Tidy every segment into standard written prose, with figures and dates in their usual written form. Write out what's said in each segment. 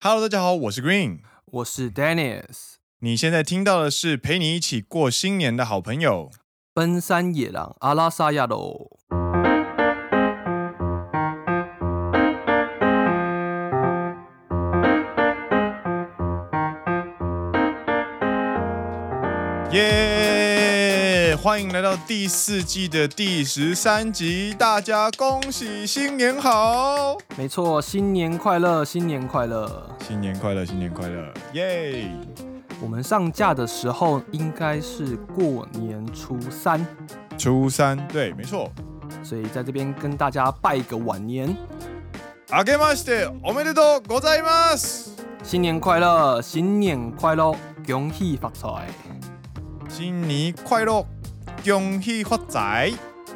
Hello， 大家好，我是 Green， 我是 Dennis。 你现在听到的是陪你一起过新年的好朋友—— 奔山野狼阿拉萨亚喽。 耶！欢迎来到第4季的第13集，大家恭喜新年好！ 没错，新年快乐，新年快乐， 新年快乐，新年快乐！耶！ 我们上架的时候应该是过年初3， 初3，对，没错。 所以在这边跟大家拜个晚年。 あけましておめでとうございます！ 新年快乐，新年快乐，恭喜发财！ 新年快乐，恭喜发财！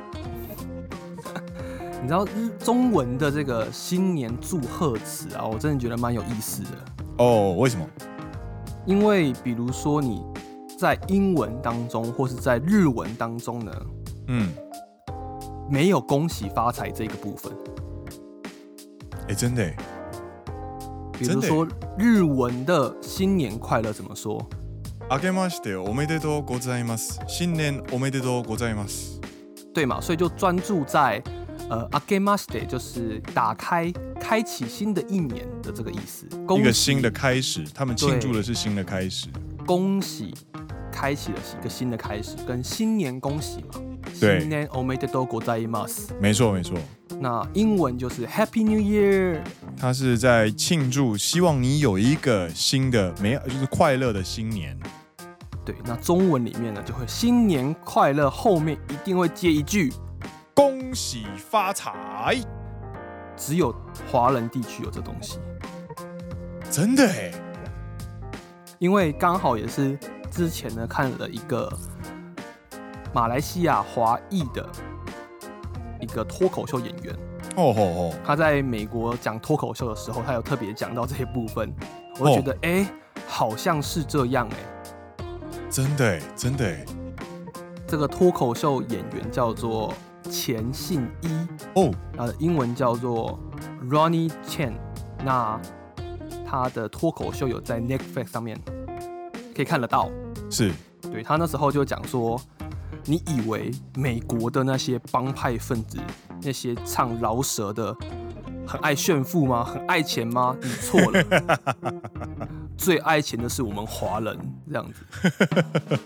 你知道中文的这个新年祝贺词啊，我真的觉得蛮有意思的哦。为什么？ 因为比如说你在英文当中或是在日文当中呢，没有恭喜发财这个部分。 真的耶。 比如说日文的新年快乐怎么说？ あけましておめでとうございます。新年おめでとうございます。 对嘛，所以就专注在あけまして就是打开、开启新的一年的这个意思。 一个新的开始，他们庆祝的是新的开始。 恭喜，开启了一个新的开始，跟新年恭喜嘛。 对， 新年おめでとうございます。 没错没错。 那英文就是 Happy New Year， 它是在庆祝，希望你有一个新的就是快乐的新年。 对，那中文里面呢，就会新年快乐，后面一定会接一句恭喜发财。 只有华人地区有这东西， 真的耶。 因为刚好也是之前呢看了一个马来西亚华裔的一个脱口秀演员，他在美国讲脱口秀的时候，他有特别讲到这些部分，我就觉得好像是这样真的耶，真的耶。 这个脱口秀演员叫做钱信一他的英文叫做 Ronnie Chan， 那他的脱口秀有在 Netflix 上面可以看得到。 是， 对，他那时候就讲说，你以为美国的那些帮派分子，那些唱饶舌的，很爱炫富吗？很爱钱吗？你错了，最爱钱的是我们华人，这样子。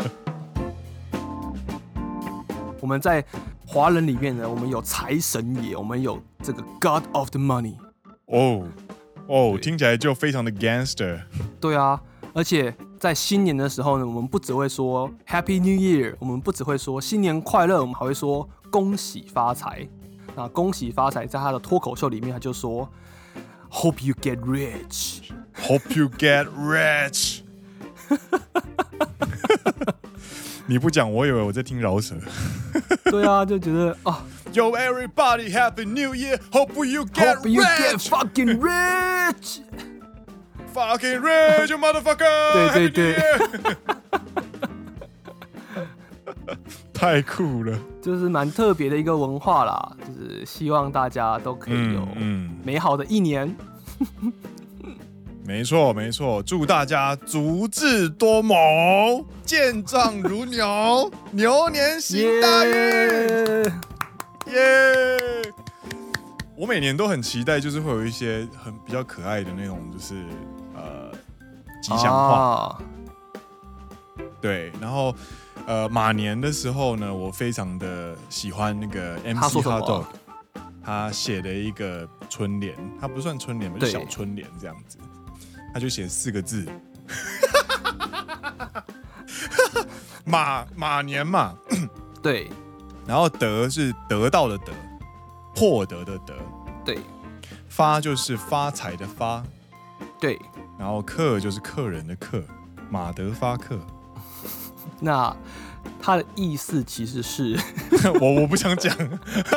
我们在华人里面呢，我们有财神爷，我们有这个 God of the Money。 听起来就非常的 gangster。 对啊，而且在新年的时候呢，我们不只会说 Happy New Year， 我们不只会说新年快乐，我们还会说恭喜发财。那恭喜发财在他的脱口秀里面，他就说 Hope you get rich。 Hope you get rich。 你不讲，我以为我在听饶舌。 对啊，就觉得 Yo everybody happy new year. Hope you get Hope you get rich. fucking rich. Fucking rich, you motherfucker. 对对对。 太酷了， 就是蛮特别的一个文化啦，就是希望大家都可以有美好的一年。 没错没错，祝大家足智多谋，健壮如牛，牛年行大运！耶！我每年都很期待，就是会有一些比较可爱的那种，就是吉祥话。对，然后马年的时候呢，我非常的喜欢那个 MC Hotdog， 他写的一个春联，他不算春联吧，就小春联这样子。他就写4个字，马年嘛， 对， 然后得是得到的得，获得的得， 对， 发就是发财的发， 对， 然后客就是客人的客，马德发客。 那它的意思其实是我不想讲。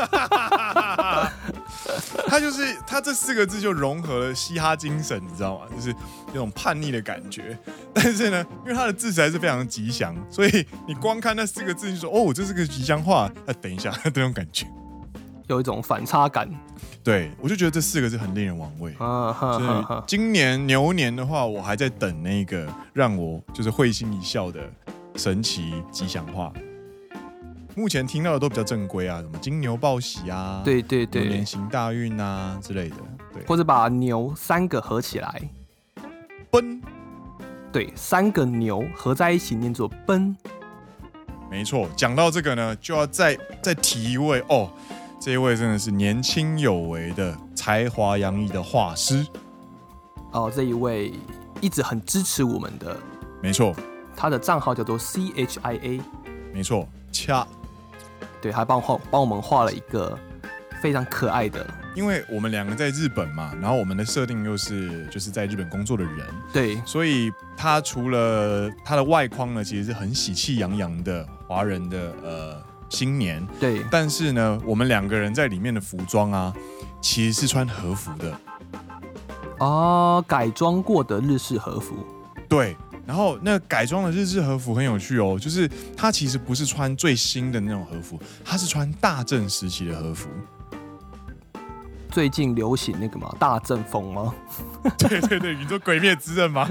他这4个字就融合了嘻哈精神，你知道吗？就是那种叛逆的感觉。但是呢，因为他的字实在是非常吉祥，所以你光看那4个字就说这是个吉祥话。等一下，这种感觉。 有一种反差感。 对，我就觉得这4个字很令人玩味。所以今年牛年的话，我还在等那个让我就是会心一笑的神奇吉祥话。目前听到的都比较正规啊，什么金牛报喜啊， 对， 牛年行大运啊之类的，对， 或者把牛3个合起来， 奔， 对，3个牛合在一起念作奔。 没错，讲到这个呢，就要再提一位哦，这一位真的是年轻有为的才华洋溢的画师哦，这一位一直很支持我们的， 没错， 他的账号叫做 CHIA， 没错，恰。 对，他帮我们画了一个非常可爱的， 因为我们2个在日本嘛，然后我们的设定又是就是在日本工作的人， 对， 所以他除了他的外框呢，其实是很喜气洋洋的华人的新年， 对， 但是呢，我们2个人在里面的服装啊，其实是穿和服的， 哦，改装过的日式和服， 对。然后那改装的日式和服很有趣哦，就是它其实不是穿最新的那种和服，它是穿大正时期的和服。 最近流行那个嘛，大正风吗？ 对，你说《鬼灭之刃》吗？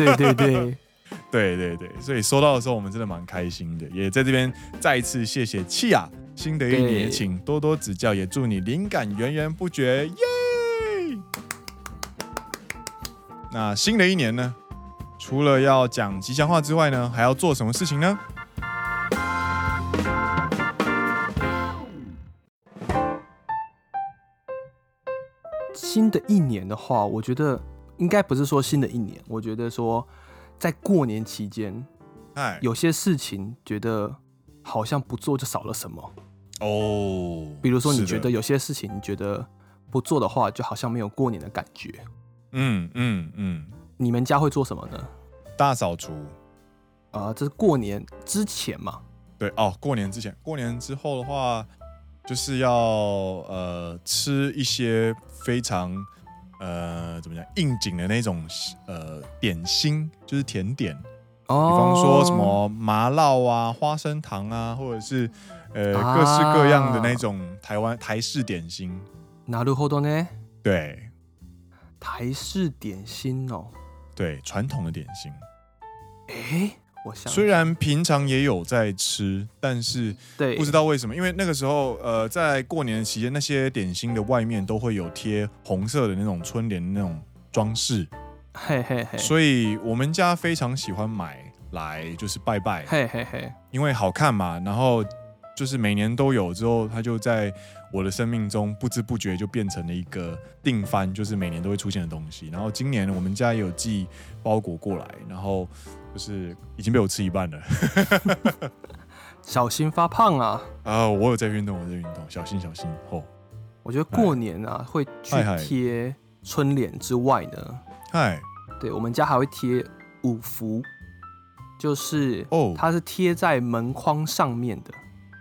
对，所以收到的时候我们真的蛮开心的，也在这边再一次谢谢契雅，新的一年请多多指教，也祝你灵感源源不绝，耶！那新的一年呢？除了要讲吉祥话之外呢，还要做什么事情呢？ 新的一年的话，我觉得应该不是说新的一年，我觉得说在过年期间，有些事情觉得好像不做就少了什么哦。比如说，你觉得有些事情你觉得不做的话，就好像没有过年的感觉。你们家会做什么呢？ 大扫除。 这是过年之前嘛？ 对哦，过年之前，过年之后的话，就是要吃一些非常怎么讲应景的那种点心，就是甜点。比方说什么麻烙啊、花生糖啊，或者是各式各样的那种台式点心。 なるほどね。 对， 台式点心哦。 对，传统的点心。 我想虽然平常也有在吃，但是不知道为什么，因为那个时候在过年的期间，那些点心的外面都会有贴红色的那种春联的那种装饰，所以我们家非常喜欢买来就是拜拜，因为好看嘛，然后就是每年都有，之后它就在我的生命中不知不觉就变成了一个定番，就是每年都会出现的东西。然后今年我们家也有寄包裹过来，然后就是已经被我吃一半了。 小心发胖啊！ 我有在运动，小心哦。 我觉得过年啊会去贴春联之外呢，对，我们家还会贴五福，就是它是贴在门框上面的。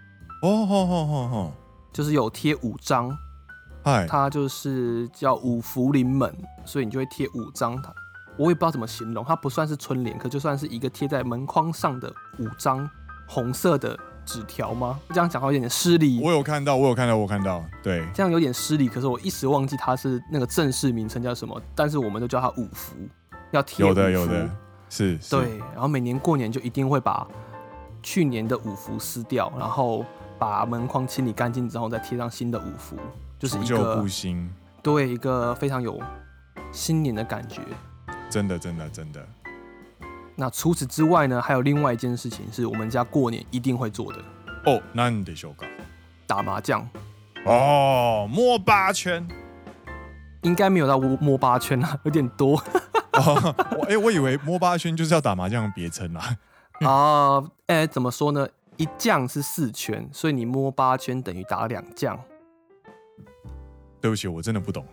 就是有贴5张，它就是叫五福临门，所以你就会贴5张。我也不知道怎么形容，它不算是春联，可就算是一个贴在门框上的5张红色的纸条吗？这样讲好像有点失礼。 我有看到，对， 这样有点失礼。可是我一时忘记它是那个正式名称叫什么，但是我们都叫它五福，要贴5福。 有的，是。 对，然后每年过年就一定会把去年的5福撕掉，然后把门框清理干净之后，再贴上新的5福，就是一个不新， 对，一个非常有新年的感觉。 真的。 那除此之外呢，还有另外一件事情是我们家过年一定会做的。 何でしょうか？ 打麻将。 摸8圈。 应该没有到摸8圈啊，有点多。 我以为摸8圈就是要打麻将的别称啊。 怎么说呢？一将是4圈，所以你摸8圈等于打2将。 对不起，我真的不懂。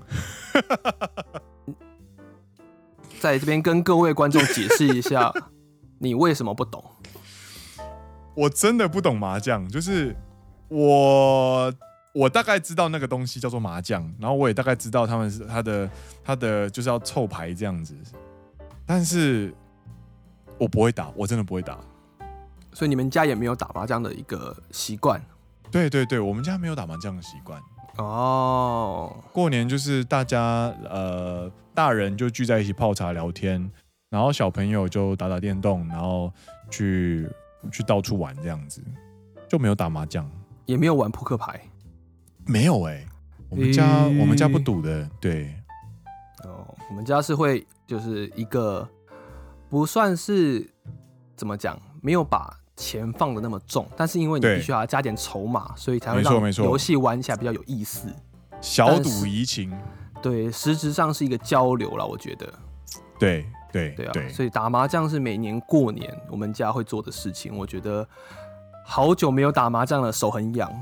在这边跟各位观众解释一下，你为什么不懂？ 我真的不懂麻将，就是我大概知道那个东西叫做麻将，然后我也大概知道他的就是要凑牌这样子，但是我不会打，我真的不会打。 所以你们家也没有打麻将的一个习惯？ 对，我们家没有打麻将的习惯。 哦，过年就是大家大人就聚在一起泡茶聊天，然后小朋友就打打电动，然后去到处玩这样子，就没有打麻将， 也没有玩扑克牌， 没有我们家不赌的，对。 我们家是会就是一个不算是怎么讲，没有把钱放的那么重，但是因为你必须要加点筹码，所以才会让游戏玩起来比较有意思。 小赌怡情， 对，实质上是一个交流啦，我觉得。 对啊，所以打麻将是每年过年我们家会做的事情。我觉得好久没有打麻将了，手很痒。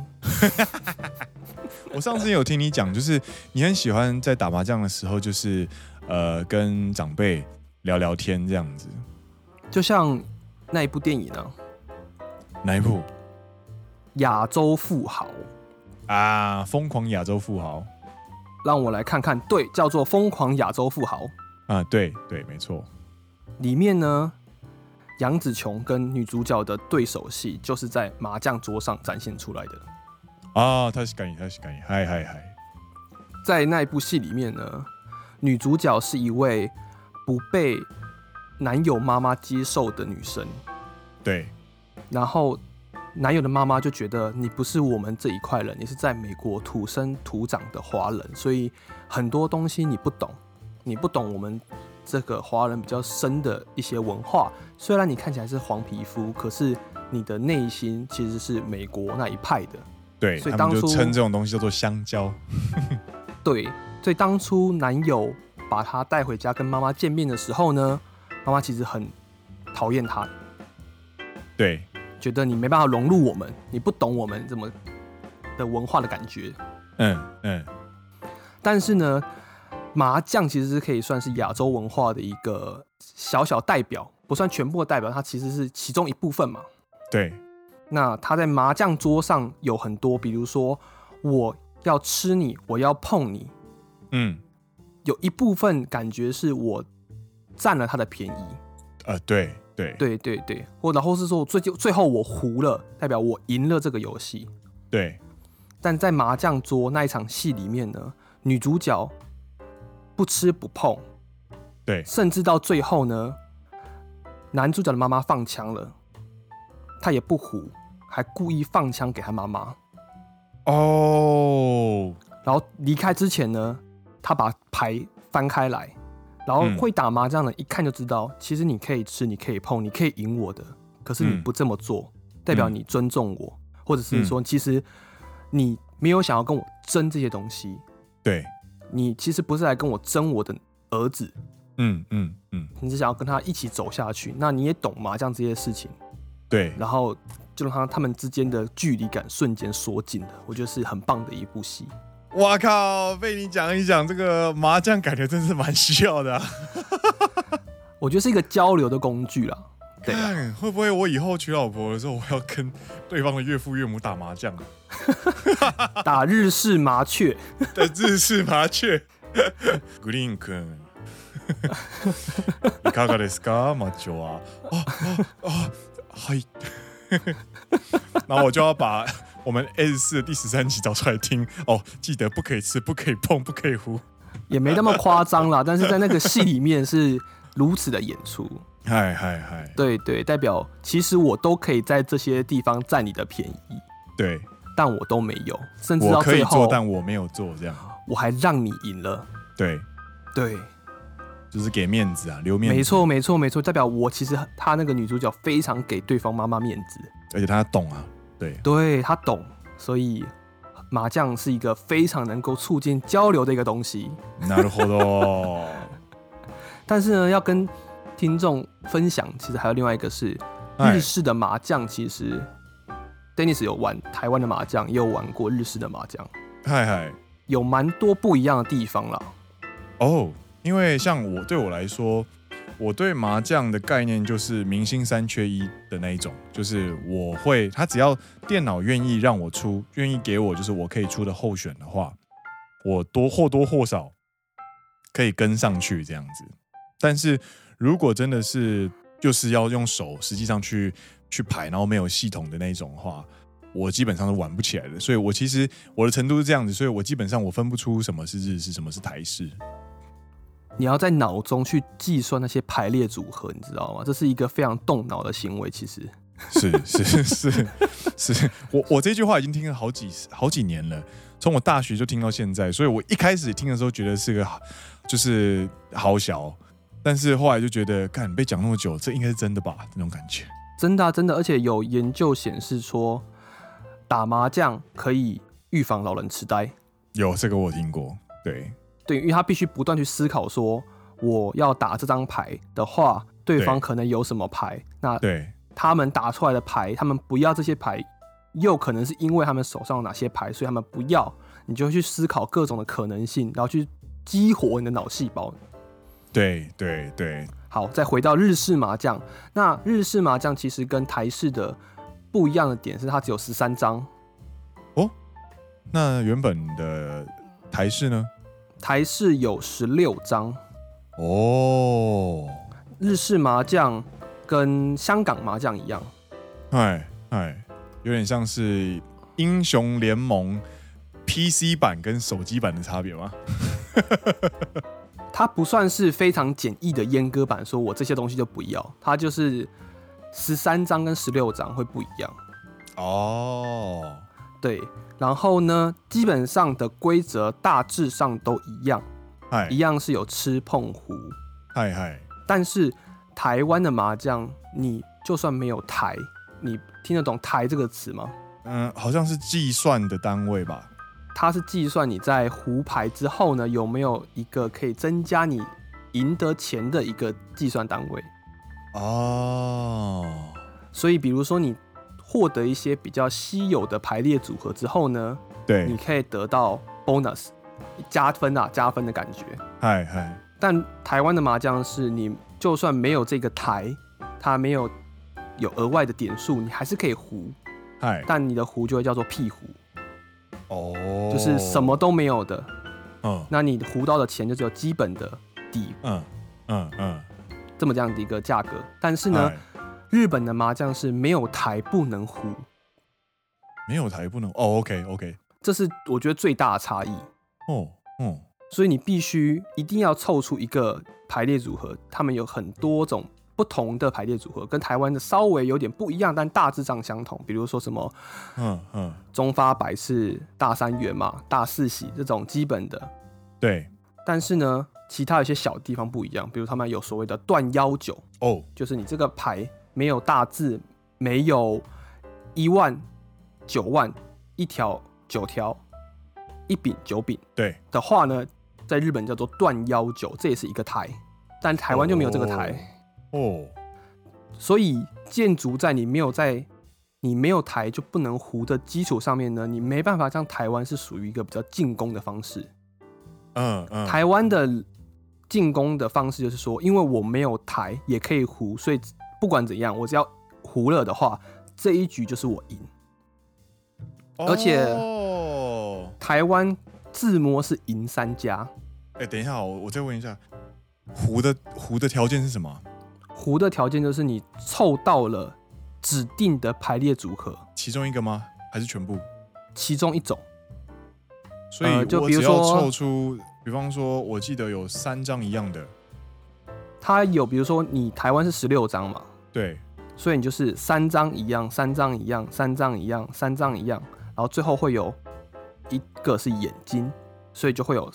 我上次也有听你讲，就是你很喜欢在打麻将的时候，就是跟长辈聊聊天这样子。 就像那一部电影啊， 哪一部？ 亚洲富豪啊，疯狂亚洲富豪。 让我来看看，对，叫做疯狂亚洲富豪啊，对，没错。 里面呢，杨紫琼跟女主角的对手戏，就是在麻将桌上展现出来的。 啊，確かに，はい。 在那一部戏里面呢，女主角是一位不被男友妈妈接受的女生。 对。 然后男友的妈妈就觉得你不是我们这一块人，你是在美国土生土长的华人，所以很多东西你不懂我们这个华人比较深的一些文化。虽然你看起来是黄皮肤，可是你的内心其实是美国那一派的。 对，所以他们就称这种东西叫做香蕉。 对，所以当初男友把她带回家跟妈妈见面的时候呢，妈妈其实很讨厌她。 对， 觉得你没办法融入我们，你不懂我们怎么的文化的感觉。但是呢，麻将其实是可以算是亚洲文化的一个小小代表，不算全部的代表，它其实是其中一部分嘛。 对。 那他在麻将桌上有很多，比如说我要吃你，我要碰你，有一部分感觉是我占了他的便宜， 对， 或者是说最后我胡了，代表我赢了这个游戏， 对。 但在麻将桌那一场戏里面呢，女主角不吃不碰， 对， 甚至到最后呢，男主角的妈妈放枪了，他也不胡。还故意放枪给他妈妈然后离开之前呢，他把牌翻开来，然后会打麻将的一看就知道，其实你可以吃，你可以碰，你可以赢我的，可是你不这么做，代表你尊重我，或者是说，其实你没有想要跟我争这些东西， 对， 你其实不是来跟我争我的儿子，你只想要跟他一起走下去，那你也懂麻将这些事情， 对， 然后就让他们之间的距离感瞬间缩近了，我觉得是很棒的一部戏。 哇靠！被你讲一讲，这个麻将感觉真是蛮需要的我觉得是一个交流的工具啦。对啊，会不会我以后娶老婆的时候，我要跟对方的岳父岳母打麻将打日式麻雀的日式麻雀。グリーン君、いかがですか、マッチョは？はい。然后我就要把我们 S4 的第13集找出来听记得不可以吃，不可以碰，不可以胡， 也没那么夸张啦。但是在那个戏里面是如此的演出，对，代表其实我都可以在这些地方占你的便宜， 对， 但我都没有，甚至到最后我可以做，但我没有做，这样我还让你赢了， 对。就是给面子啊，留面子。 没错，代表我其实他那个女主角非常给对方妈妈面子， 而且她懂啊， 对，她懂，所以麻将是一个非常能够促进交流的一个东西。 なるほど。 但是呢，要跟听众分享，其实还有另外一个是日式的麻将。其实 Dennis 有玩台湾的麻将，也有玩过日式的麻将，有蛮多不一样的地方啦。 因为像对我来说，我对麻将的概念就是明星3缺1的那一种，就是他只要电脑愿意让我出，愿意给我就是我可以出的候选的话，我或多或少可以跟上去这样子。但是如果真的是就是要用手实际上去排，然后没有系统的那种话， 我基本上都玩不起来的。所以我其实我的程度是这样子，所以我基本上我分不出什么是日式，什么是台式。 你要在脑中去计算那些排列组合，你知道吗？这是一个非常动脑的行为，其实。是，我这句话已经听了好几年了，从我大学就听到现在，所以我一开始听的时候觉得是个就是好小，但是后来就觉得，干被讲那么久，这应该是真的吧？那种感觉。 真的啊，真的，而且有研究显示说，打麻将可以预防老人痴呆。 有这个我听过，对， 因为他必须不断去思考说，我要打这张牌的话，对方可能有什么牌，那对。 他们打出来的牌，他们不要这些牌，又可能是因为他们手上有哪些牌，所以他们不要。你就会去思考各种的可能性，然后去激活你的脑细胞。 对。 好，再回到日式麻将。那日式麻将其实跟台式的不一样的点是，它只有13张。 哦，那原本的台式呢？ 台式有16张。 哦， 日式麻将跟香港麻将一样， 有点像是英雄联盟 PC 版跟手机版的差别吗？ 它不算是非常简易的阉割版，说我这些东西就不要，它就是13张跟16张会不一样。 哦， 对，然后呢，基本上的规则大致上都一样，一样是有吃碰胡，但是台湾的麻将，你就算没有台，你听得懂台这个词吗？ 好像是计算的单位吧。 它是计算你在胡牌之后呢，有没有一个可以增加你赢得钱的一个计算单位。 哦， 所以比如说你获得一些比较稀有的排列组合之后呢， 对， 你可以得到 bonus 加分的感觉。但台湾的麻将是你就算没有这个台，它没有额外的点数，你还是可以胡，但你的胡就会叫做屁胡。就是什么都没有的。那你胡到的钱就只有基本的底，这么这样的一个价格。但是呢，日本的麻将是没有台不能胡， 没有台不能OK， 这是我觉得最大的差异。所以你必须一定要凑出一个排列组合，他们有很多种不同的排列组合，跟台湾的稍微有点不一样，但大致上相同。比如说什么，中发白是大3元嘛，大4喜这种基本的。 对。 但是呢，其他有些小地方不一样，比如他们有所谓的断幺9，就是你这个牌没有大字，没有1万、9万、1条、9条、1饼、9饼， 对的话呢，在日本叫做断幺9，这也是一个台，但台湾就没有这个台。所以建筑在你没有台就不能胡的基础上面呢，你没办法像台湾是属于一个比较进攻的方式。台湾的进攻的方式就是说，因为我没有台也可以胡，所以不管怎样，我只要胡了的话，这一局就是我赢。而且台湾自摸是赢3家。 等一下，我再问一下，胡的条件是什么？ 胡的条件就是你凑到了指定的排列组合， 其中一个吗？还是全部？ 其中一种。 所以我只要凑出，比方说，我记得有3张一样的。 它有，比如说你台湾是16张嘛， 对， 所以你就是3张一样，3张一样，3张一样，3张一样，然后最后会有一个是眼睛，所以就会有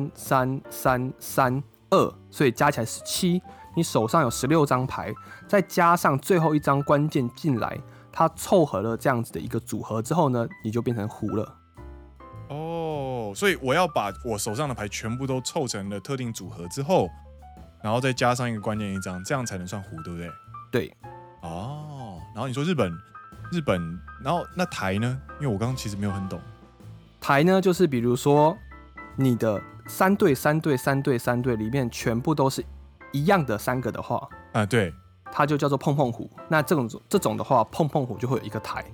3、3、3、3、2，所以加起来17。你手上有16张牌，再加上最后一张关键进来，它凑合了这样子的一个组合之后呢，你就变成胡了。 所以我要把我手上的牌全部都凑成了特定组合之后，然后再加上一个关键一张，这样才能算胡，对不对？ 对。 然后你说日本，然后那台呢？因为我刚刚其实没有很懂。 台呢，就是比如说你的3对3对3对3对里面全部都是一样的3个的话， 对， 它就叫做碰碰胡。那这种的话，碰碰胡就会有一个台。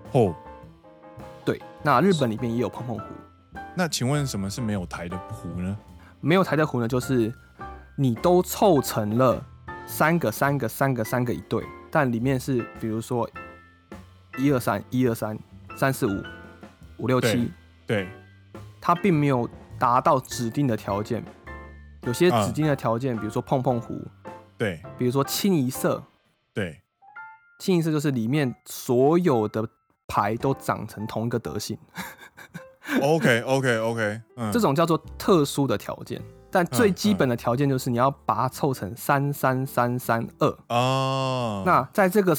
对，那日本里面也有碰碰胡。 那请问什么是没有台的胡呢？ 没有台的胡呢，就是你都凑成了3个一对，但里面是比如说123、123、 3、4、5、5、6、7， 对， 它并没有达到指定的条件。有些指定的条件，比如说碰碰胡， 对， 比如说清一色， 对， 清一色就是里面所有的牌都长成同一个德性。 OK， 这种叫做特殊的条件，但最基本的条件就是你要把它凑成33332 哦。 那在这个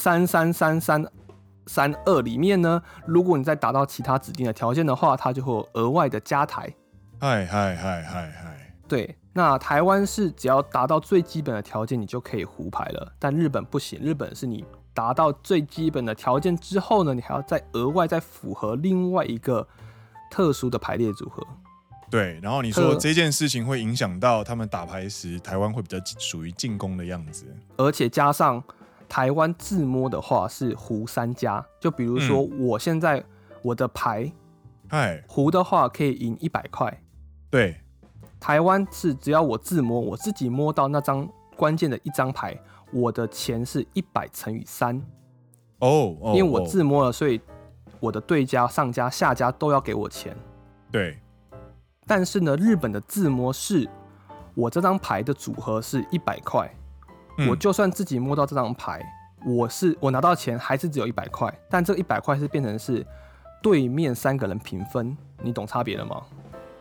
33332里面呢，如果你再达到其他指定的条件的话，它就会有额外的加台。对，那台湾是只要达到最基本的条件，你就可以胡牌了，但日本不行，日本是你达到最基本的条件之后呢，你还要再额外再符合另外一个特殊的排列组合。 对，然后你说这件事情会影响到他们打牌时，台湾会比较属于进攻的样子，而且加上台湾自摸的话是胡3加，就比如说我现在我的牌，胡的话可以赢100块， 对， 台湾是只要我自摸，我自己摸到那张关键的一张牌，我的钱是100乘以3，因为我自摸了，所以我的对家、上家、下家都要给我钱。 对， 但是呢，日本的自摸是我这张牌的组合是100块，我就算自己摸到这张牌，我拿到钱还是只有100块，但这100块是变成是对面3个人平分，你懂差别了吗？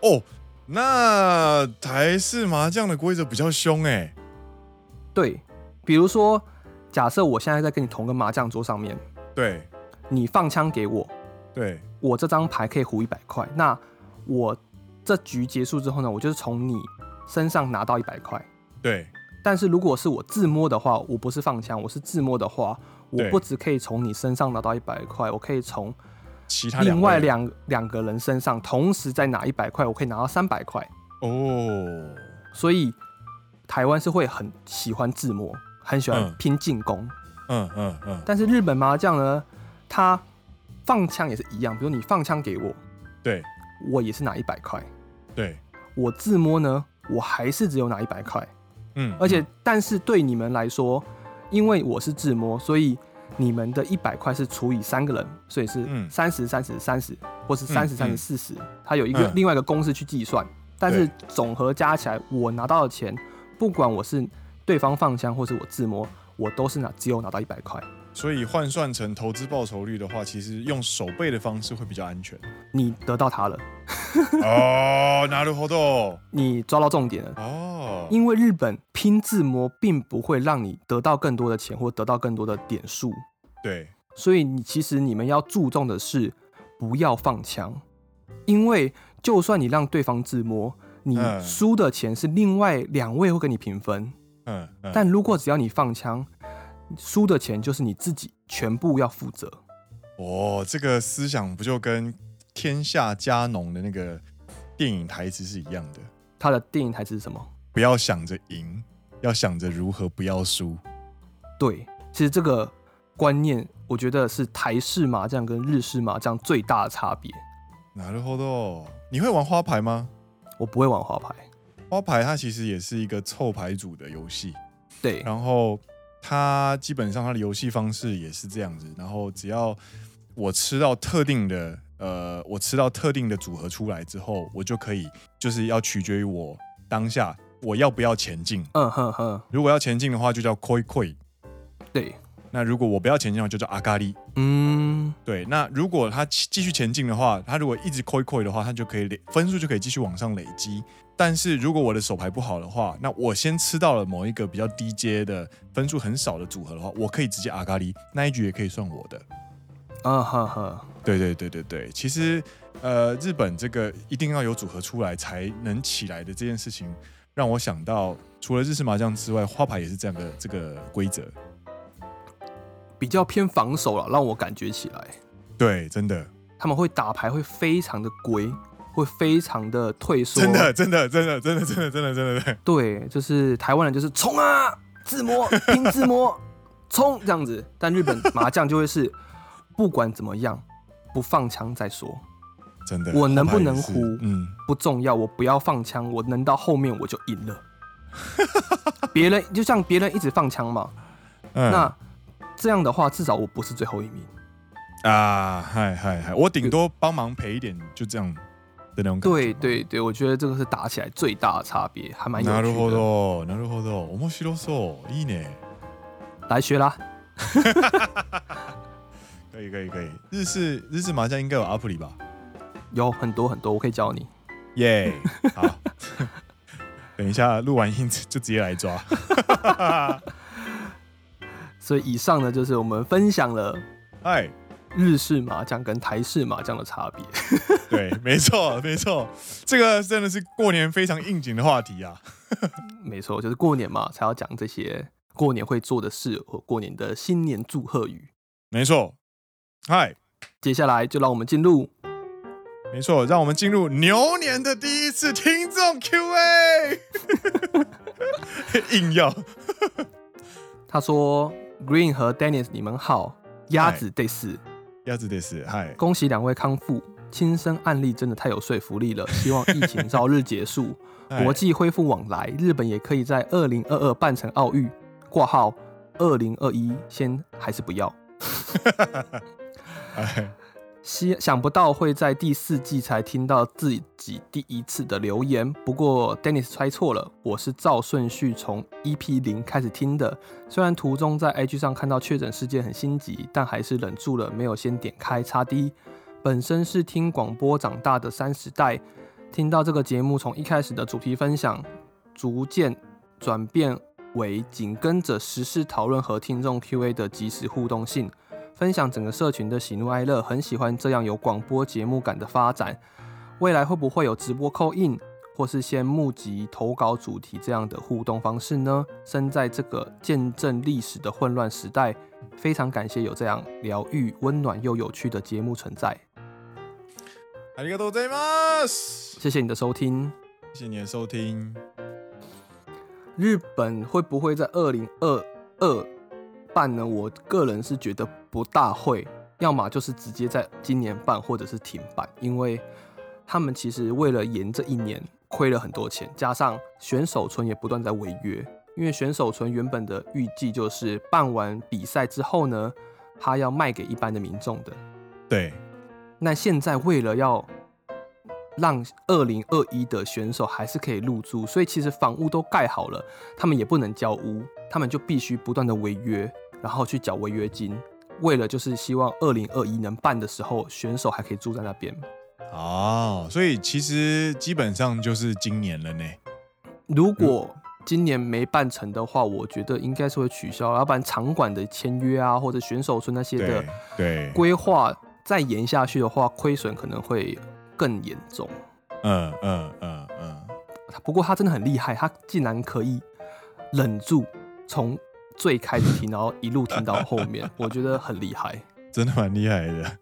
那台式麻将的规则比较凶欸。 对，比如说，假设我现在在跟你同个麻将桌上面， 对， 你放枪给我， 对， 我这张牌可以胡100块，那我这局结束之后呢，我就是从你身上拿到100块， 对。 但是如果是我自摸的话，我不是放枪，我是自摸的话，我不只可以从你身上拿到100块，我可以从其他另外两个人身上同时再拿100块，我可以拿到300块。所以台湾是会很喜欢自摸，很喜欢拼进攻。但是日本麻将呢，他放枪也是一样，比如你放枪给我， 对， 我也是拿100块。 对， 我自摸呢，我还是只有拿100块。而且但是对你们来说，因为我是自摸，所以你们的100块是除以3个人，所以是30、30、30，或是30、30、40，它有另外一个公式去计算。但是总和加起来，我拿到的钱，不管我是对方放枪或是我自摸，我都是只有拿到100块。 所以换算成投资报酬率的话，其实用手背的方式会比较安全。 你得到它了。 なるほど。 你抓到重点了。因为日本拼自摸并不会让你得到更多的钱或得到更多的点数。 对。 所以其实你们要注重的是不要放枪，因为就算你让对方自摸，你输的钱是另外2位会跟你平分。但如果只要你放枪，输的钱就是你自己全部要负责。 这个思想不就跟天下佳农的那个电影台词是一样的？ 他的电影台词是什么？ 不要想着赢，要想着如何不要输。 对，其实这个观念，我觉得是台式麻将跟日式麻将最大的差别。 なるほど。你会玩花牌吗？ 我不会玩花牌。 花牌它其实也是一个凑牌组的游戏。 对， 然后它基本上它的游戏方式也是这样子，然后只要我吃到特定的组合出来之后，我就可以，就是要取决于我当下我要不要前进。如果要前进的话，就叫 koi koi。对。那如果我不要前进的话，就叫阿咖喱。对。那如果他继续前进的话，他如果一直 koi koi 的话，他就可以分数就可以继续往上累积。但是如果我的手牌不好的话，那我先吃到了某一个比较低阶的分数很少的组合的话，我可以直接阿咖喱，那一局也可以算我的。对，其实日本这个一定要有组合出来才能起来的这件事情，让我想到除了日式麻将之外，花牌也是这样的这个规则， 比较偏防守了，让我感觉起来。 对，真的， 他们会打牌会非常的龟，会非常的退缩。真的，对， 就是台湾人就是冲啊，自摸拼自摸，冲这样子。但日本麻将就会是不管怎么样，不放枪再说。 真的， 我能不能胡不重要，我不要放枪，我能到后面我就赢了。别人就像别人一直放枪嘛，那这样的话至少我不是最后一名。 啊，嗨，我顶多帮忙赔一点，就这样的那种感觉。 对，我觉得这个是打起来最大的差别，还蛮有趣的。 なるほど，面白そう，いいね。 来学啦。 可以。日式麻将应该有 app 吧？ 有很多，我可以教你。 耶，好。等一下录完音就直接来抓。 所以以上呢，就是我们分享了日式麻将跟台式麻将的差别。 对，没错，这个真的是过年非常应景的话题啊。 没错，就是过年嘛，才要讲这些过年会做的事和过年的新年祝贺语。 没错， 接下来就让我们进入。 没错，让我们进入牛年的第一次听众 Q&A。硬要。 他说 ：“Green 和 Dennis， 你们好，鸭子 des， 嗨， 恭喜两位康复，亲身案例真的太有说服力了。希望疫情早日结束，国际恢复往来，日本也可以在2022办成奥运。挂号2021先还是不要。”想不到会在第4季才听到自己第一次的留言，不过 Dennis 猜错了，我是照顺序从 EP0 开始听的。虽然途中在 IG 上看到确诊事件很心急，但还是忍住了，没有先点开插 D。本身是听广播长大的30代，听到这个节目从一开始的主题分享，逐渐转变为紧跟着时事讨论和听众 Q&A 的即时互动性。分享整个社群的喜怒哀乐，很喜欢这样有广播节目感的发展。未来会不会有直播 call in， 或是先募集投稿主题这样的互动方式呢？身在这个见证历史的混乱时代，非常感谢有这样疗愈、温暖又有趣的节目存在。 ありがとうございます。 谢谢你的收听。 谢谢你的收听。 日本会不会在2022办呢？我个人是觉得不大会，要么就是直接在今年办，或者是停办，因为他们其实为了延这一年亏了很多钱，加上选手村也不断在违约，因为选手村原本的预计就是办完比赛之后呢，他要卖给一般的民众的。 对。 那现在为了要让2021的选手还是可以入住，所以其实房屋都盖好了，他们也不能交屋，他们就必须不断的违约，然后去缴违约金，为了就是希望2021能办的时候，选手还可以住在那边。 所以其实基本上就是今年了呢。 如果今年没办成的话，我觉得应该是会取消，要不然场馆的签约啊，或者选手村那些的规划再延下去的话，亏损可能会更严重。不过他真的很厉害，他竟然可以忍住从最开始听，然后一路听到后面，我觉得很厉害， 真的蛮厉害的。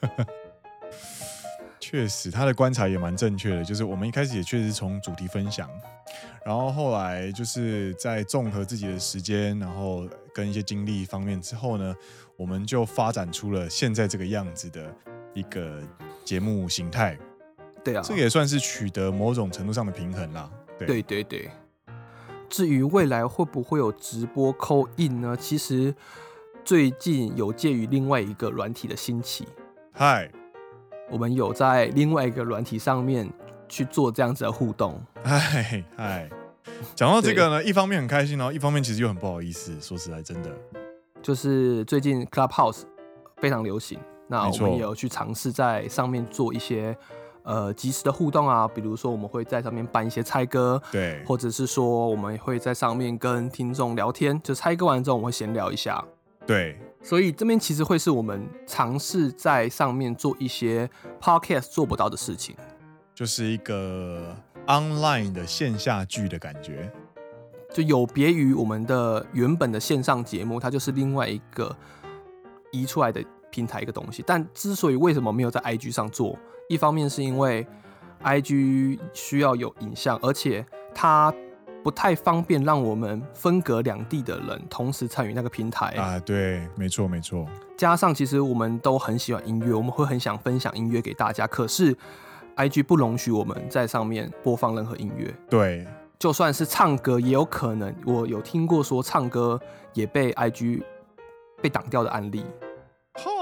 确实，他的观察也蛮正确的，就是我们一开始也确实从主题分享，然后后来就是在综合自己的时间，然后跟一些经历方面之后呢，我们就发展出了现在这个样子的一个节目形态。 对啊， 这个也算是取得某种程度上的平衡啦。 对。至于未来会不会有直播 call in 呢？其实最近有介于另外一个软体的兴起。我们有在另外一个软体上面去做这样子的互动。 讲到这个呢，一方面很开心，然后一方面其实又很不好意思。说实在，真的， 就是最近 Clubhouse 非常流行，那我们也有去尝试在上面做一些即时的互动啊，比如说我们会在上面办一些猜歌， 对， 或者是说我们会在上面跟听众聊天，就猜歌完之后我们会闲聊一下， 对。 所以这边其实会是我们尝试在上面做一些 podcast 做不到的事情， 就是一个 online 的线下剧的感觉， 就有别于我们的原本的线上节目，它就是另外一个移出来的平台一个东西。但之所以为什么没有在 IG 上做，一方面是因为 IG 需要有影像，而且它不太方便让我们分隔两地的人同时参与那个平台啊。对，没错。 加上其实我们都很喜欢音乐，我们会很想分享音乐给大家，可是 IG 不容许我们在上面播放任何音乐。 对， 就算是唱歌也有可能，我有听过说唱歌也被 IG 被挡掉的案例。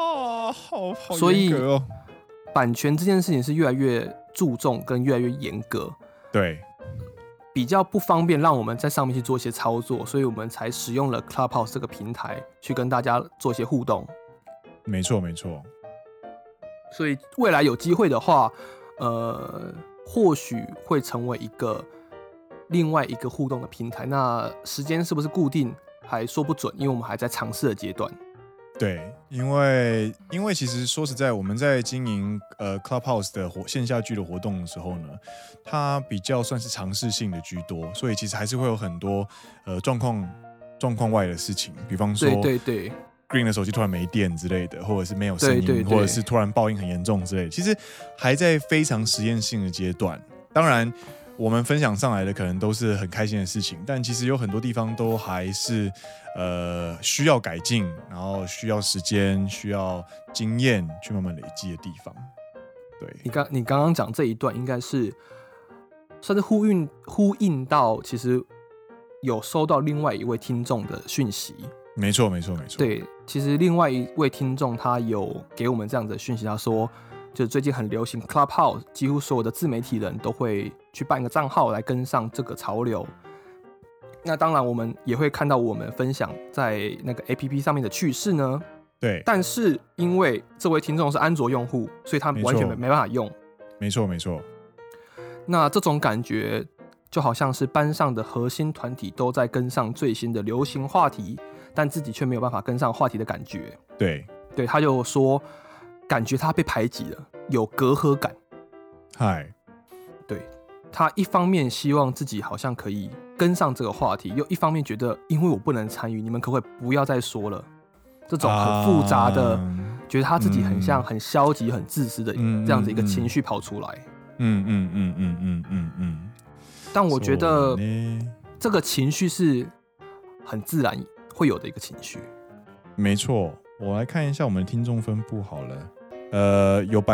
哇，好严格哦。 所以版权这件事情是越来越注重跟越来越严格， 对， 比较不方便让我们在上面去做一些操作，所以我们才使用了 Clubhouse 这个平台去跟大家做一些互动。 没错没错。 所以未来有机会的话，或许会成为另外一个互动的平台。那时间是不是固定还说不准，因为我们还在尝试的阶段。 对，因为其实说实在，我们在经营Clubhouse 的线下剧的活动的时候呢，它比较算是尝试性的居多，所以其实还是会有很多状况外的事情，比方说对 Green 的手机突然没电之类的，或者是没有声音， 对或者是突然爆音很严重之类的，其实还在非常实验性的阶段。当然我们分享上来的可能都是很开心的事情，但其实有很多地方都还是需要改进，然后需要时间、需要经验去慢慢累积的地方。对， 你刚刚讲这一段，应该是算是呼应到，其实有收到另外一位听众的讯息。 没错。 对，其实另外一位听众他有给我们这样的讯息，他说，就是最近很流行 Clubhouse， 几乎所有的自媒体人都会去办一个账号来跟上这个潮流。那当然，我们也会看到我们分享在那个 APP 上面的趣事呢。 对， 但是因为这位听众是安卓用户，所以他完全没办法用。 没错。 那这种感觉就好像是班上的核心团体都在跟上最新的流行话题，但自己却没有办法跟上话题的感觉。 对， 他就说，感觉他被排挤了，有隔阂感。对，他一方面希望自己好像可以跟上这个话题，又一方面觉得，因为我不能参与，你们可不可以不要再说了？这种很复杂的，觉得他自己很像很消极、很自私的这样子一个情绪跑出来。但我觉得这个情绪是很自然会有的一个情绪。 没错，我来看一下我们的听众分布好了。有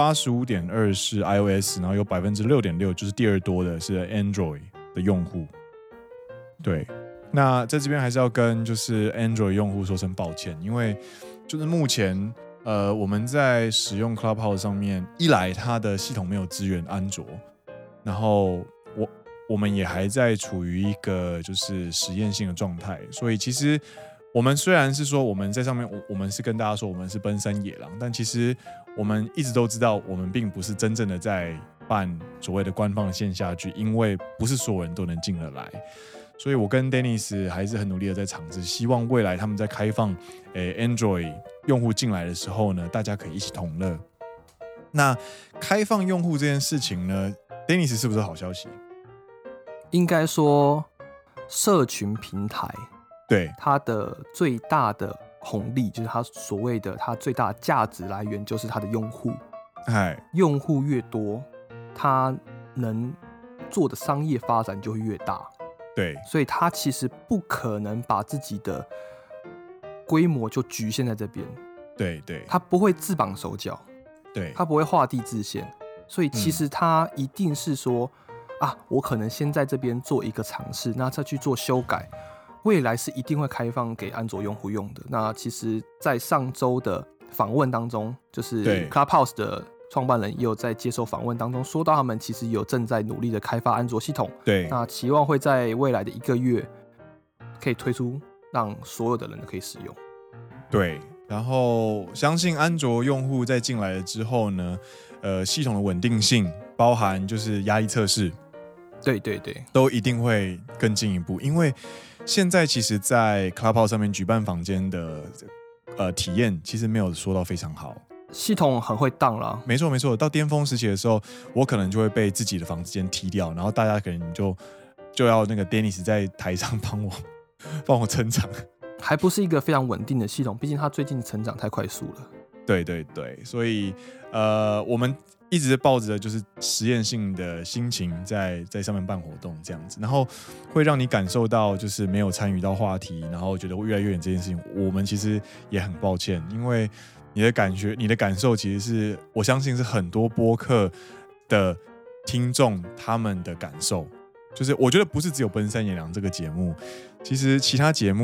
85.2% 是 iOS， 然后有 6.6% 就是第二多的是 Android 的用户。对，那在这边还是要跟就是 Android 用户说声抱歉，因为就是目前我们在使用 Clubhouse 上面，一来它的系统没有支援安卓，然后我们也还在处于一个就是实验性的状态，所以其实我们虽然是说我们在上面，我们是跟大家说我们是奔山野狼，但其实我们一直都知道，我们并不是真正的在办所谓的官方的线下剧，因为不是所有人都能进得来。所以我跟 Dennis 还是很努力的在尝试，希望未来他们在开放Android 用户进来的时候呢，大家可以一起同乐。那开放用户这件事情呢 ，Dennis 是不是好消息？ 应该说，社群平台对它的最大的红利，就是它所谓的它最大的价值来源，就是它的用户。用户越多，它能做的商业发展就会越大。 对， 所以它其实不可能把自己的规模就局限在这边。 对， 它不会自绑手脚， 对， 它不会画地自限。所以其实它一定是说，我可能先在这边做一个尝试，那再去做修改，未来是一定会开放给安卓用户用的。那其实，在上周的访问当中，就是 Clubhouse 的创办人也有在接受访问当中说到，他们其实有正在努力的开发安卓系统。 对， 那期望会在未来的1个月可以推出，让所有的人都可以使用。 对，然后相信安卓用户在进来了之后呢，系统的稳定性，包含就是压力测试， 对， 都一定会更进一步。因为现在其实，在 Clubhouse 上面举办房间的体验，其实没有说到非常好。 系统很会当啦， 没错，到巅峰时期的时候，我可能就会被自己的房间踢掉，然后大家可能就要那个 Dennis 在台上帮我撑场， 还不是一个非常稳定的系统，毕竟它最近成长太快速了。 对，所以我们一直抱着就是实验性的心情在上面办活动这样子，然后会让你感受到就是没有参与到话题，然后觉得越来越远这件事情，我们其实也很抱歉，因为你的感受其实是我相信是很多播客的听众他们的感受，就是我觉得不是只有奔山野狼这个节目，其实其他节目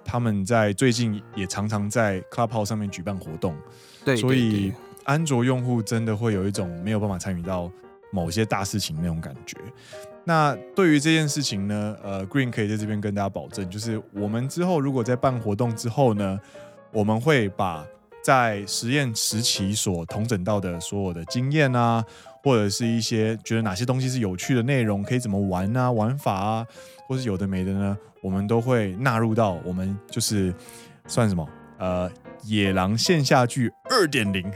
他们在最近也常常在 Clubhouse 上面举办活动， 对， 所以安卓用户真的会有一种没有办法参与到某些大事情那种感觉。那对于这件事情呢，Green 可以在这边跟大家保证，就是我们之后如果在办活动之后呢，我们会把在实验时期所统整到的所有的经验啊，或者是一些觉得哪些东西是有趣的内容，可以怎么玩啊、玩法啊，或是有的没的呢，我们都会纳入到我们就是算什么野狼线下剧 2.0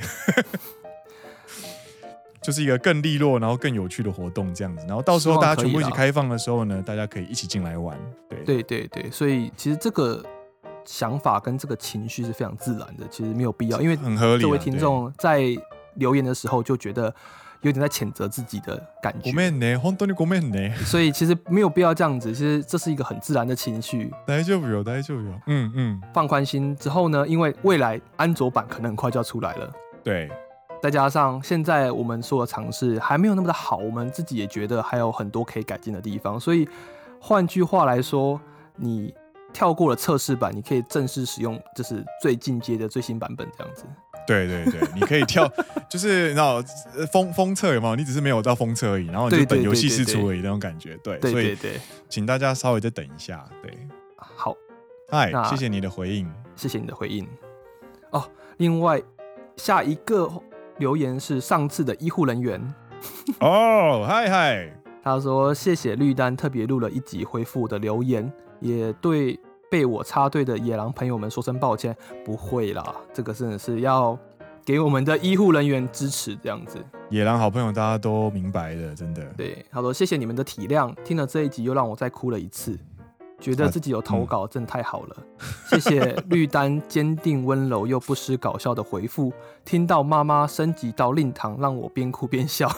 就是一个更利落然后更有趣的活动这样子，然后到时候大家全部一起开放的时候呢，大家可以一起进来玩。对， 所以其实这个想法跟这个情绪是非常自然的，其实没有必要，因为很合理。 这位听众在留言的时候就觉得有点在谴责自己的感觉，所以其实没有必要这样子，其实这是一个很自然的情绪。大丈夫よ。放宽心之后呢，因为未来安卓版可能很快就要出来了， 对， 再加上现在我们所有的尝试还没有那么的好，我们自己也觉得还有很多可以改进的地方，所以换句话来说，你跳过了测试版，你可以正式使用就是最进阶的最新版本这样子。 对，你可以跳，就是你知道封测有没有？你只是没有到封测而已，然后你就等游戏释出而已那种感觉。对，所以请大家稍微再等一下。对， 好， 谢谢你的回应， 谢谢你的回应。哦，另外下一个留言是上次的医护人员。 哦，嗨， 他说谢谢绿丹特别录了一集回复我的留言，也对被我插队的野狼朋友们说声抱歉。不会啦，这个真的是要给我们的医护人员支持这样子。 野狼好朋友大家都明白的，真的。 对，他说谢谢你们的体谅，听了这一集又让我再哭了一次，觉得自己有投稿真的太好了。谢谢绿丹坚定温柔又不失搞笑的回复，听到妈妈升级到令堂，让我边哭边笑，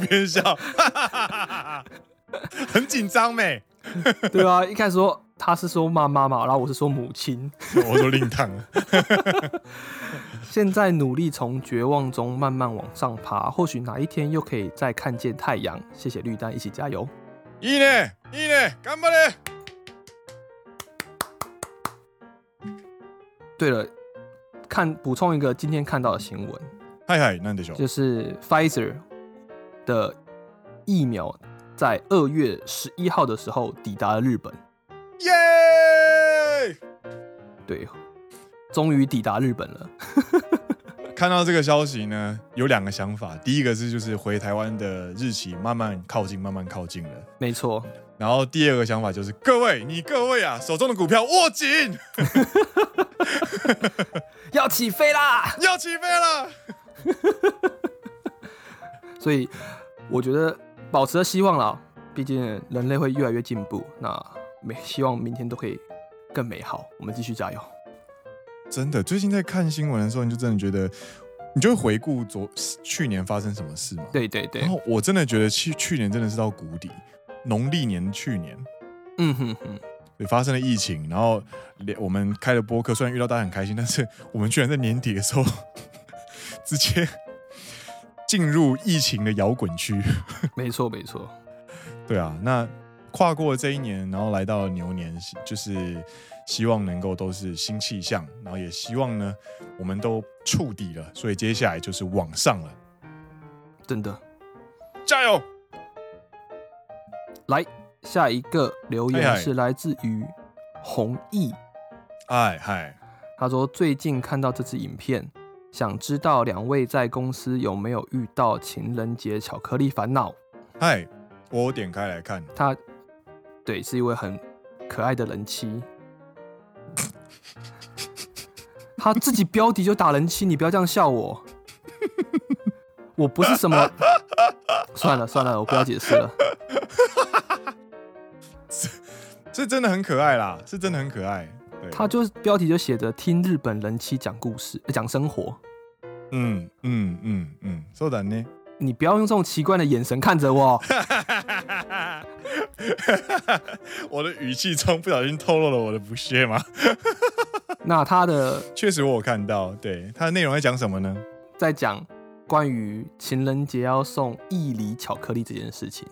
很紧张咩？ 对啊，一开始说他是说妈妈嘛，然后我是说母亲， 我说令堂。 现在努力从绝望中慢慢往上爬，或许哪一天又可以再看见太阳。谢谢绿丹，一起加油！ いいね，頑張れ！ 对了，补充一个今天看到的新闻。 はい、なんでしょう？ 就是 Pfizer 的疫苗在2月11号的时候抵达了日本。 耶！ 对，终于抵达日本了。 看到这个消息呢，有2个想法。第一个是就是回台湾的日期慢慢靠近了， 没错。 然后第2个想法就是各位啊，手中的股票握紧， 要起飞啦！所以我觉得保持着希望啦，毕竟人类会越来越进步。那希望明天都可以更美好，我们继续加油。 真的，最近在看新闻的时候，你就真的觉得，你就会回顾去年发生什么事嘛？ 对。 然后我真的觉得去年真的是到谷底，农历年去年，对，发生了疫情，然后我们开了播客，虽然遇到大家很开心，但是我们居然在年底的时候直接进入疫情的摇滚区。 没错。 对啊，那跨过这一年，然后来到了牛年，就是希望能够都是新气象，然后也希望呢，我们都触底了，所以接下来就是往上了。 真的， 加油！ 来，下一个留言是来自于弘毅。 嗨， 他说最近看到这支影片，想知道2位在公司有没有遇到情人节巧克力烦恼？ 嗨，我点开来看， 他对是一位很可爱的人妻。他自己标题就打人妻，你不要这样笑我。我不是什么，算了，我不要解释了。 是真的很可爱啦，是真的很可爱。对， 他就标题就写着听日本人妻讲故事，讲生活。 そうだね。 你不要用这种奇怪的眼神看着我。 我的语气中不小心透露了我的不屑吗？ 那他的确实我有看到，对，他的内容在讲什么呢？ 在讲关于情人节要送1厘巧克力这件事情。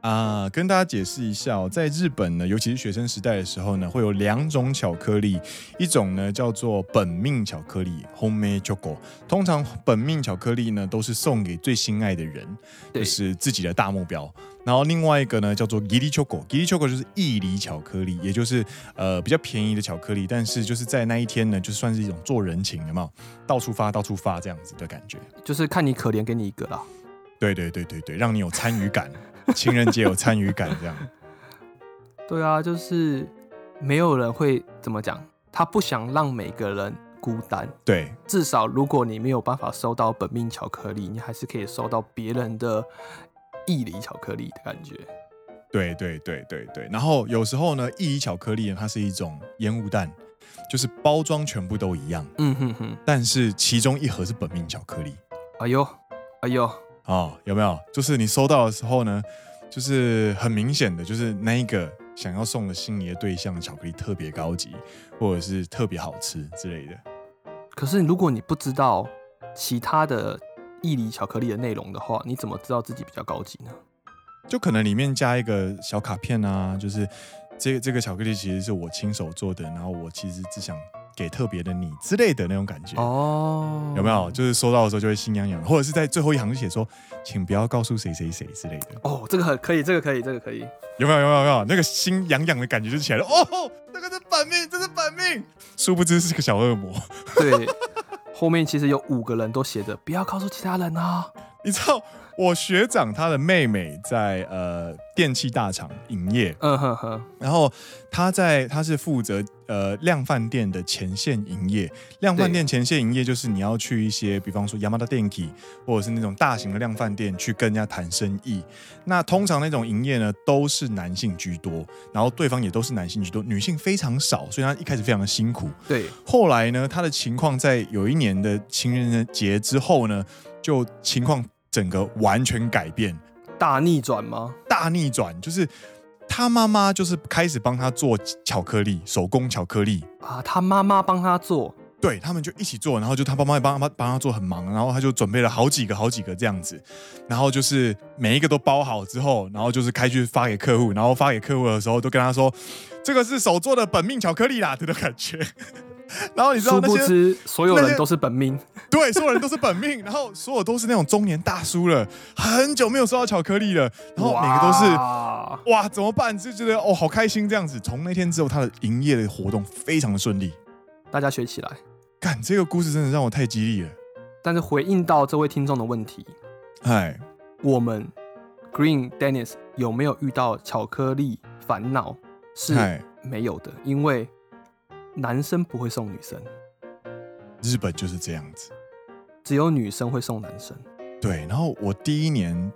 跟大家解释一下在日本呢，尤其是学生时代的时候呢，会有2种巧克力，一种呢叫做本命巧克力 （homemade choco）。通常本命巧克力呢都是送给最心爱的人，就是自己的大目标。然后另外一个呢叫做義理choco，義理choco就是义理巧克力，也就是比较便宜的巧克力，但是就是在那一天呢，就算是一种做人情，有没有？到处发这样子的感觉， 就是看你可怜给你一个啦。 对，让你有参与感。情人节有参与感，这样。 对啊，就是没有人会怎么讲，他不想让每个人孤单。对，至少如果你没有办法收到本命巧克力，你还是可以收到别人的义理巧克力的感觉。 对。然后有时候呢，义理巧克力呢，它是一种烟雾弹，就是包装全部都一样，但是其中一盒是本命巧克力。 哎呦。 有没有？就是你收到的时候呢，就是很明显的，就是那一个想要送的心仪的对象的巧克力特别高级，或者是特别好吃之类的。 可是如果你不知道其他的义理巧克力的内容的话，你怎么知道自己比较高级呢？ 就可能里面加一个小卡片啊，就是这个巧克力其实是我亲手做的，然后我其实只想给特别的你之类的那种感觉有没有？就是收到的时候就会心痒痒，或者是在最后一行就写说，请不要告诉谁之类的。 这个可以， 有没有？那个心痒痒的感觉就起来了。那个是本命，这是本命，殊不知是个小恶魔。 对，后面其实有5个人都写着不要告诉其他人啊。 你知道我学长他的妹妹在电器大厂营业，然后他是负责量贩店的前线营业。量贩店前线营业就是你要去一些，比方说 Yamada Denki 或者是那种大型的量贩店去跟人家谈生意。那通常那种营业呢都是男性居多，然后对方也都是男性居多，女性非常少，所以他一开始非常的辛苦。 对， 后来呢，他的情况在有一年的情人节之后呢，就情况整个完全改变。 大逆转吗？ 大逆转，就是他妈妈就是开始帮他做巧克力，手工巧克力啊。他妈妈帮他做， 对，他们就一起做，然后就他爸妈帮他做，很忙，然后他就准备了好几个这样子，然后就是每一个都包好之后，然后就是开去发给客户，然后发给客户的时候都跟他说，这个是手做的本命巧克力啦，这种感觉。然后你知道那些，殊不知所有人都是本命， 对，所有人都是本命，然后所有都是那种中年大叔了，很久没有收到巧克力了，然后每个都是哇怎么办？就觉得好开心这样子。从那天之后，他的营业的活动非常的顺利， 大家学起来。 干，这个故事真的让我太激励了。 但是回应到这位听众的问题，我们 Green Dennis 有没有遇到巧克力烦恼？是没有的，因为男生不会送女生， 日本就是这样子， 只有女生会送男生。 对，然后我第一年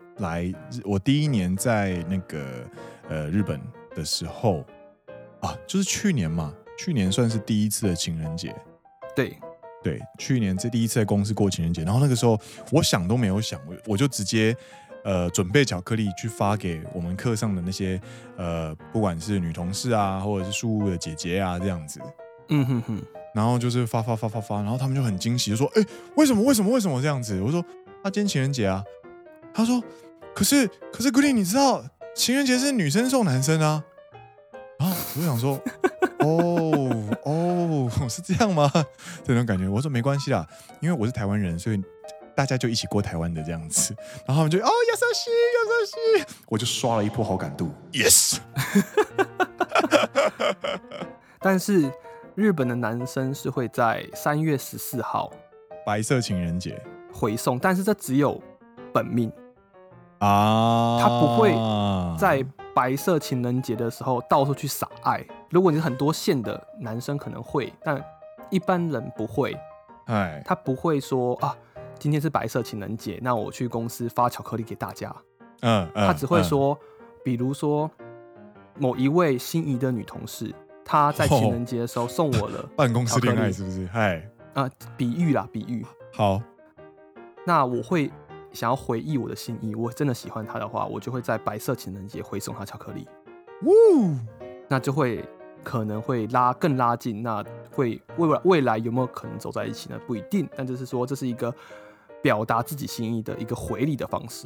在那个日本的时候就是去年嘛，去年算是第一次的情人节。对，去年这第一次在公司过情人节，然后那个时候我想都没有想，我就直接准备巧克力去发给我们课上的那些不管是女同事啊，或者是宿务的姐姐啊这样子。然后就是发，然后他们就很惊喜，就说：“为什么这样子？”我说：“今天情人节啊。”他说：“可是 Green 你知道情人节是女生送男生啊？”然后我就想说：“是这样吗？”这种感觉，我说没关系啦，因为我是台湾人，所以大家就一起过台湾的这样子。然后他们就優しい，我就刷了一波好感度 ，yes。 但是日本的男生是会在3月14号白色情人节回送，但是这只有本命啊， 他不会在白色情人节的时候到处去撒爱。如果你是很多线的男生可能会，但一般人不会。他不会说今天是白色情人节，那我去公司发巧克力给大家。他只会说，比如说某一位心仪的女同事，她在情人节的时候送我了办公室恋爱，是不是？ 比喻。 好， 那我会想要回忆我的心意，我真的喜欢她的话，我就会在白色情人节回送她巧克力。那就会可能会更拉近，那会未来有没有可能走在一起呢？不一定，但就是说这是一个表达自己心意的一个回礼的方式。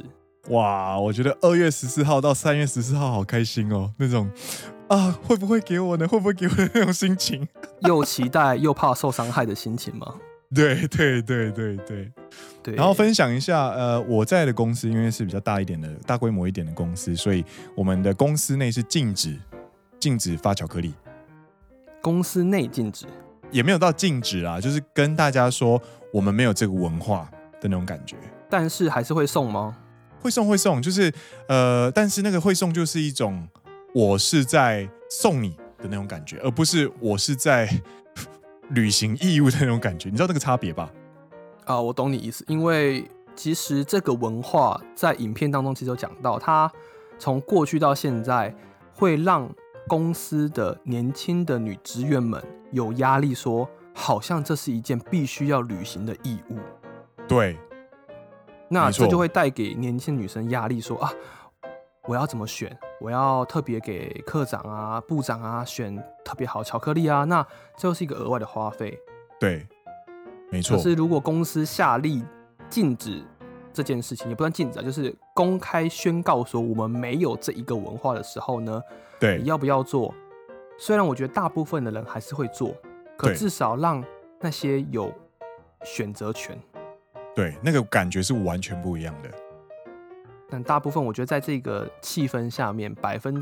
哇，我觉得2月14号到3月14号好开心哦，那种啊会不会给我呢？会不会给我的那种心情， 又期待又怕受伤害的心情吗？ 对对对对对对。然后分享一下，我在的公司因为是比较大一点的、大规模一点的公司，所以我们的公司内是禁止发巧克力。 公司内禁止？ 也没有到禁止啦，就是跟大家说我们没有这个文化的那种感觉。 但是还是会送吗？ 会送，就是但是那个会送就是一种我是在送你的那种感觉，而不是我是在履行义务的那种感觉，你知道那个差别吧？ 我懂你意思，因为其实这个文化在影片当中其实有讲到，它从过去到现在会让公司的年轻的女职员们有压力说，好像这是一件必须要履行的义务。 对。 那这就会带给年轻女生压力说啊，我要怎么选？我要特别给科长啊、部长啊选特别好的巧克力啊，那这就是一个额外的花费。 对，没错。 可是如果公司下令禁止这件事情，也不算禁止啊，就是公开宣告说我们没有这一个文化的时候呢， 对， 你要不要做？虽然我觉得大部分的人还是会做，可至少让那些有选择权。 对，那个感觉是完全不一样的。 但大部分我觉得在这个气氛下面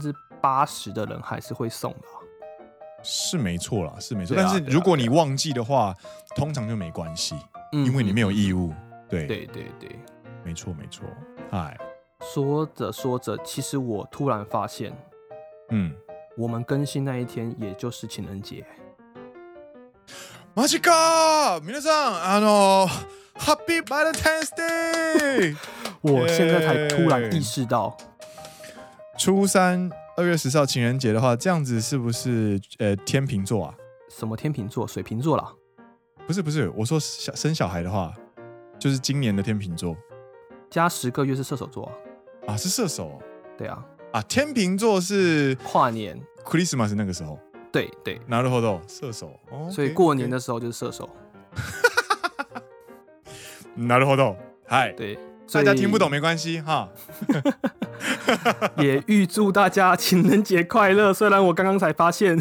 ，80%的人还是会送的。 是没错啦，是没错。但是如果你忘记的话，通常就没关系，因为你没有义务。对对对对，没错没错。嗨， 说着说着，其实我突然发现，我们更新那一天也就是情人节。 マジか！皆さん、Happy Valentine's Day！ 我现在才突然意识到， 初3 2月10号情人节的话，这样子是不是天秤座啊？ 什么天秤座？水瓶座啦？ 不是，我说生小孩的话，就是今年的天秤座， 加10个月是射手座啊，是射手。 对啊， 天秤座是跨年 Christmas 那个时候。 对对， なるほど，射手。 所以过年的时候就是射手。 なるほど，嗨， 对， 大家听不懂没关系哈。 也预祝大家情人节快乐。虽然我刚刚才发现，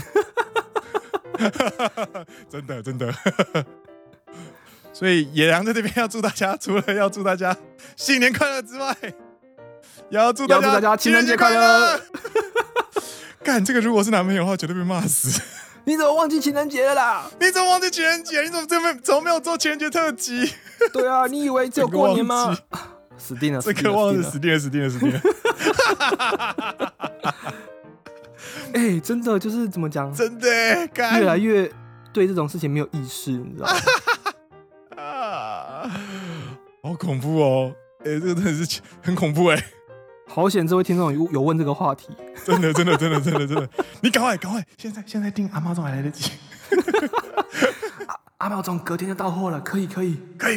真的。所以野良在这边要祝大家，除了要祝大家新年快乐之外，也要祝大家情人节快乐。干，这个如果是男朋友的话，绝对被骂死。 你怎么忘记情人节了啦？ 你怎么忘记情人节？你怎么没有做情人节特辑？ 对啊，你以为只有过年吗？死定了！ 这个忘了，死定了！ 哎，真的就是怎么讲？ 真的越来越对这种事情没有意识，你知道吗？好恐怖哦！这个真的是很恐怖哎。 好险，这位听众有问这个话题， 真的，你赶快，现在订阿猫粽还来得及。 阿猫粽隔天就到货了，可以，快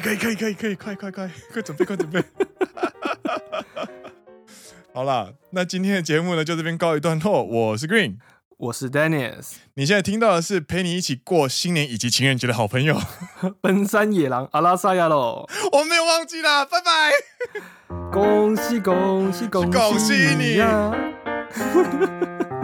准备。 好啦，那今天的节目呢，就这边告一段落。我是 Green， 我是 Dennis， 你现在听到的是陪你一起過新年以及情人节的好朋友奔山野狼阿拉萨亚喽。 我没有忘记啦，拜拜。 恭喜你呀！